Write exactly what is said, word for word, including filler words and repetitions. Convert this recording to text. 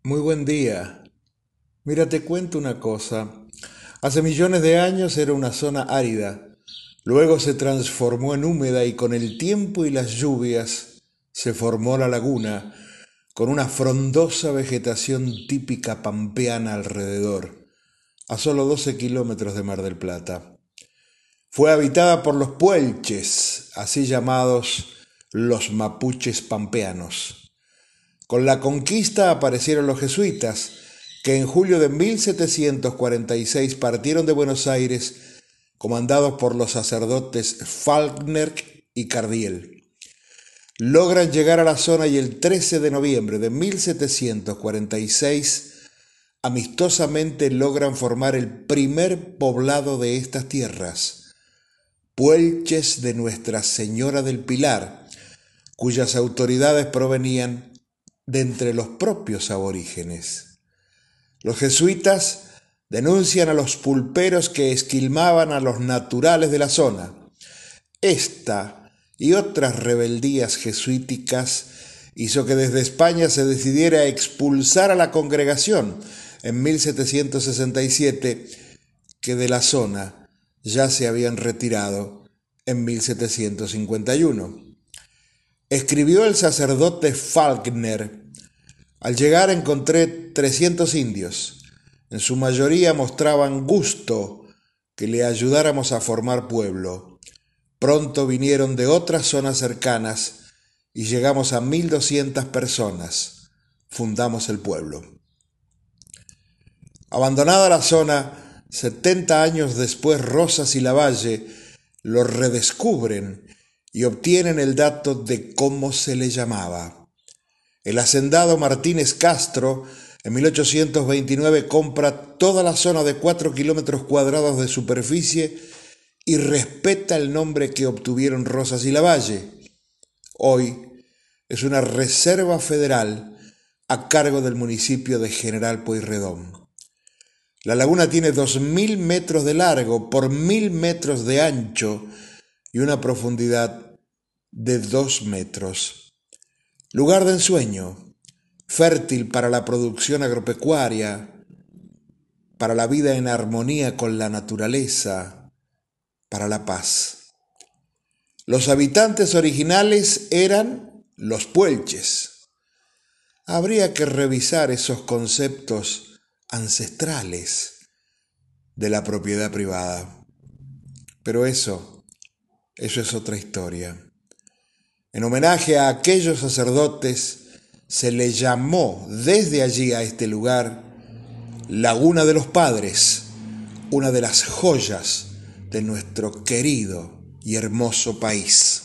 Muy buen día. Mira, te cuento una cosa. Hace millones de años era una zona árida. Luego se transformó en húmeda y con el tiempo y las lluvias se formó la laguna, con una frondosa vegetación típica pampeana alrededor, a solo doce kilómetros de Mar del Plata. Fue habitada por los puelches, así llamados los mapuches pampeanos. Con la conquista aparecieron los jesuitas, que en julio de mil setecientos cuarenta y seis partieron de Buenos Aires, comandados por los sacerdotes Falkner y Cardiel. Logran llegar a la zona y el trece de noviembre de mil setecientos cuarenta y seis, amistosamente logran formar el primer poblado de estas tierras, Puelches de Nuestra Señora del Pilar, cuyas autoridades provenían de entre los propios aborígenes. Los jesuitas denuncian a los pulperos que esquilmaban a los naturales de la zona. Esta y otras rebeldías jesuíticas hizo que desde España se decidiera a expulsar a la congregación en mil setecientos sesenta y siete, que de la zona ya se habían retirado en mil setecientos cincuenta y uno. Escribió el sacerdote Falkner: al llegar encontré trescientos indios. En su mayoría mostraban gusto que le ayudáramos a formar pueblo. Pronto vinieron de otras zonas cercanas y llegamos a mil doscientas personas. Fundamos el pueblo. Abandonada la zona, setenta años después Rosas y Lavalle lo redescubren y obtienen el dato de cómo se le llamaba. El hacendado Martínez Castro en mil ochocientos veintinueve compra toda la zona de cuatro kilómetros cuadrados de superficie y respeta el nombre que obtuvieron Rosas y Lavalle. Hoy es una reserva federal a cargo del municipio de General Pueyrredón. La laguna tiene dos mil metros de largo por mil metros de ancho y una profundidad de dos metros. Lugar de ensueño, fértil para la producción agropecuaria, para la vida en armonía con la naturaleza, para la paz. Los habitantes originales eran los puelches. Habría que revisar esos conceptos ancestrales de la propiedad privada. Pero eso, eso es otra historia. En homenaje a aquellos sacerdotes, se le llamó desde allí a este lugar Laguna de los Padres, una de las joyas de nuestro querido y hermoso país.